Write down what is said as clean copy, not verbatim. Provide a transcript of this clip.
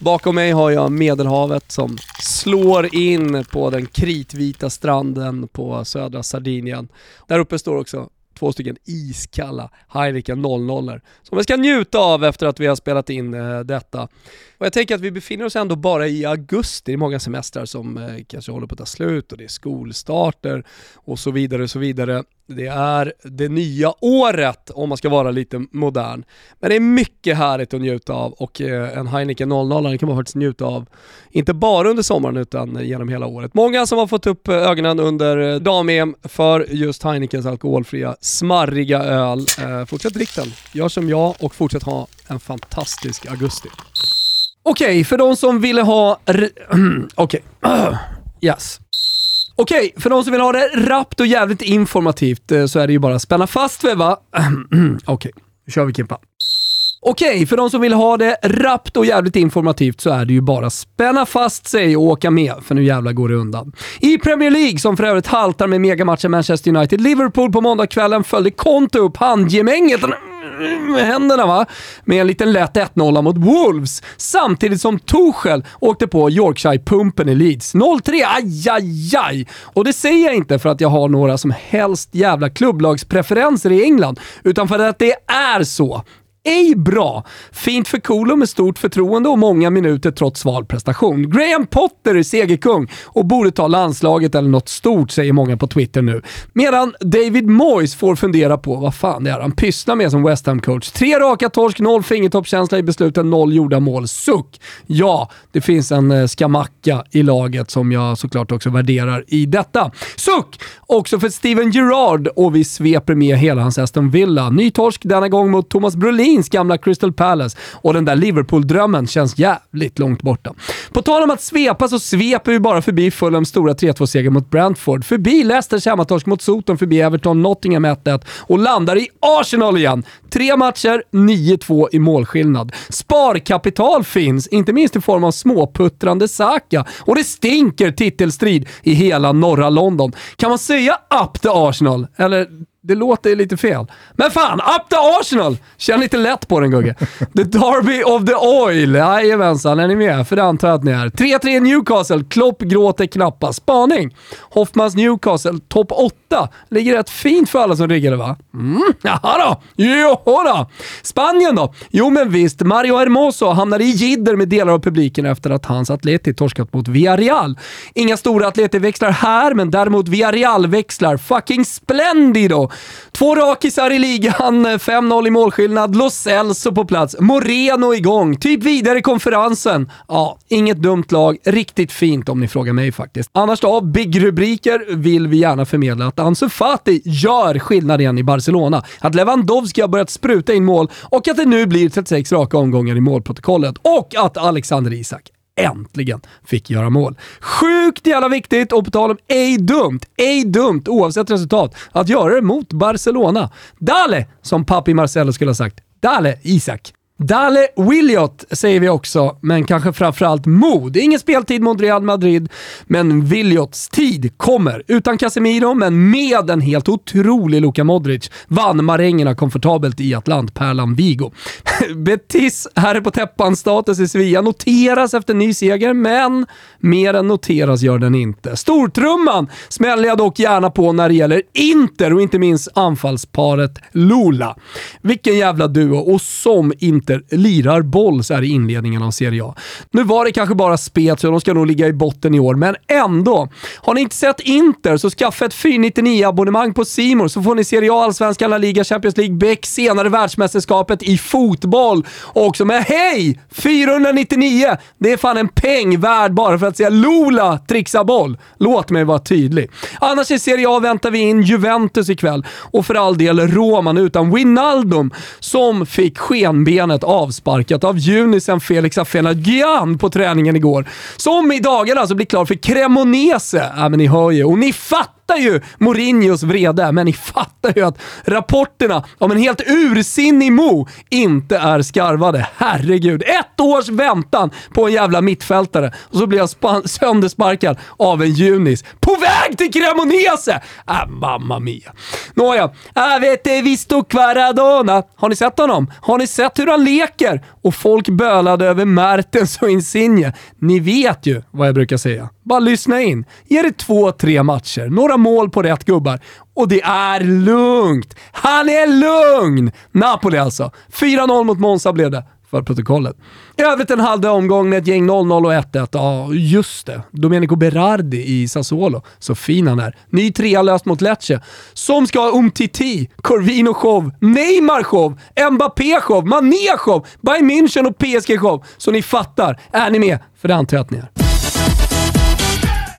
Bakom mig har jag Medelhavet som slår in på den kritvita stranden på södra Sardinien. Där uppe står också 2 stycken iskalla Heineken 00 som vi ska njuta av efter att vi har spelat in detta. Och jag tänker att vi befinner oss ändå bara i augusti. Det är många semestrar som kanske håller på att ta slut och det är skolstarter och så vidare och så vidare. Det är det nya året om man ska vara lite modern. Men det är mycket härligt att njuta av och en Heineken 00 kan man faktiskt njuta av inte bara under sommaren utan genom hela året. Många som har fått upp ögonen under dam-EM för just Heinekens alkoholfria smarriga öl. Fortsätt drick den, gör som jag och fortsätt ha en fantastisk augusti. Okej, för de som ville ha... Yes. Okej, för de som vill ha det rappt och jävligt informativt så är det ju bara spänna fast vid, va? Okej, nu kör vi Kimpa. Okej, för de som vill ha det rappt och jävligt informativt så är det ju bara spänna fast sig och åka med, för nu jävla går det undan. I Premier League, som för övrigt haltar med megamatchen Manchester United, Liverpool på måndagskvällen följde Conte upp handgemänget med händerna, va? Med en liten lätt 1-0 mot Wolves, samtidigt som Tuchel åkte på Yorkshire-pumpen i Leeds. 0-3, ajajaj! Och det säger jag inte för att jag har några som helst jävla klubblagspreferenser i England, utan för att det är så. Ej bra. Fint för Kolo med stort förtroende och många minuter trots sval prestation. Graham Potter är segerkung och borde ta landslaget eller något stort, säger många på Twitter nu. Medan David Moyes får fundera på vad fan det är han pysslar med som West Ham-coach. 3 raka torsk, 0 fingertoppkänsla i besluten, 0 gjorda mål. Suck! Ja, det finns en skamacka i laget som jag såklart också värderar i detta. Suck! Också för Steven Gerrard och vi sveper med hela hans Aston Villa. Ny torsk denna gång mot Thomas Brolin gamla Crystal Palace och den där Liverpool-drömmen känns jävligt långt borta. På tal om att svepa så sveper vi bara förbi Fulhams stora 3-2-seger mot Brentford, förbi Leicesters hemmatorsk mot Soton, förbi Everton, Nottingham 1-1 och landar i Arsenal igen. 3 matcher, 9-2 i målskillnad. Sparkapital finns, inte minst i form av småputtrande Saka, och det stinker titelstrid i hela norra London. Kan man säga up the Arsenal? Eller... det låter lite fel. Men fan, up the Arsenal! Känn lite lätt på den, Gugge. The Derby of the Oil. Jajamensan, är ni med? För det antar jag att ni är. 3-3 Newcastle. Klopp gråter knappa. Spaning. Hoffmans Newcastle, topp 8. Ligger rätt fint för alla som riggade, va? Jaha då. Jo då. Spanien då? Jo men visst. Mario Hermoso hamnade i jidder med delar av publiken efter att hans Atleti torskat mot Villarreal. Inga stora Atleti-växlar här, men däremot Villarreal-växlar. Fucking splendido. 2 rakisar i ligan, 5-0 i målskillnad, Lo Celso på plats, Moreno igång, typ vidare i konferensen. Ja, inget dumt lag, riktigt fint om ni frågar mig faktiskt. Annars då, big-rubriker vill vi gärna förmedla att Ansu Fati gör skillnad igen i Barcelona, att Lewandowski har börjat spruta in mål och att det nu blir 36 raka omgångar i målprotokollet och att Alexander Isak äntligen fick göra mål. Sjukt jävla viktigt, och på tal om ej dumt oavsett resultat, att göra det mot Barcelona. Dale, som pappi Marcelo skulle ha sagt. Dale, Isak. Dale Williot säger vi också, men kanske framförallt mod. Ingen speltid mot Real Madrid, men Williots tid kommer. Utan Casemiro, men med en helt otrolig Luka Modric vann marängerna komfortabelt i Atlantpärlan Vigo. Betis här är på täppan, status i Sevilla noteras efter ny seger, men mer än noteras gör den inte. Stortrumman smäller jag dock gärna på när det gäller Inter och inte minst anfallsparet Lula. Vilken jävla duo, och som Inter lirar boll så här i inledningen av Serie A. Nu var det kanske bara spet så de ska nog ligga i botten i år, men ändå. Har ni inte sett Inter så skaffa ett 499-abonnemang på C More så får ni Serie A, Allsvenskan, La Liga, Champions League, Beck, senare världsmästerskapet i fotboll också. Men hej! 499! Det är fan en peng värd bara för att säga Lula trixa boll. Låt mig vara tydlig. Annars i Serie A väntar vi in Juventus ikväll och för all del Roman utan Wijnaldum som fick skenbenet avsparkat av junisen Felix Afena-Gian på träningen igår. Som i dagarna alltså blir klar för Cremonese. Ja, men ni hör ju. Och ni fattar fattar ju Mourinhos vrede, men ni fattar ju att rapporterna om en helt ursinnig Mo inte är skarvade. Herregud, 1 års väntan på en jävla mittfältare och så blir jag söndersparkad av en Junis. På väg till Cremonese! Mamma mia. Nåja, avete visto Quaradona. Har ni sett honom? Har ni sett hur han leker? Och folk bölade över Mertens och Insigne. Ni vet ju vad jag brukar säga. Bara lyssna in. Ge det 2-3 matcher. Några mål på rätt gubbar. Och det är lugnt. Han är lugn! Napoli alltså. 4-0 mot Monza blev det. För protokollet. I övrigt en halv omgång med ett gäng 0-0 och 1-1. Ja, just det. Domenico Berardi i Sassuolo. Så fin han är. Ny 3 löst mot Lecce. Som ska ha Umtiti, Corvino-show, Neymar-show, Mbappé-show, Mané-show, Bayern München och PSG-show. Så ni fattar. Är ni med för det antätningar?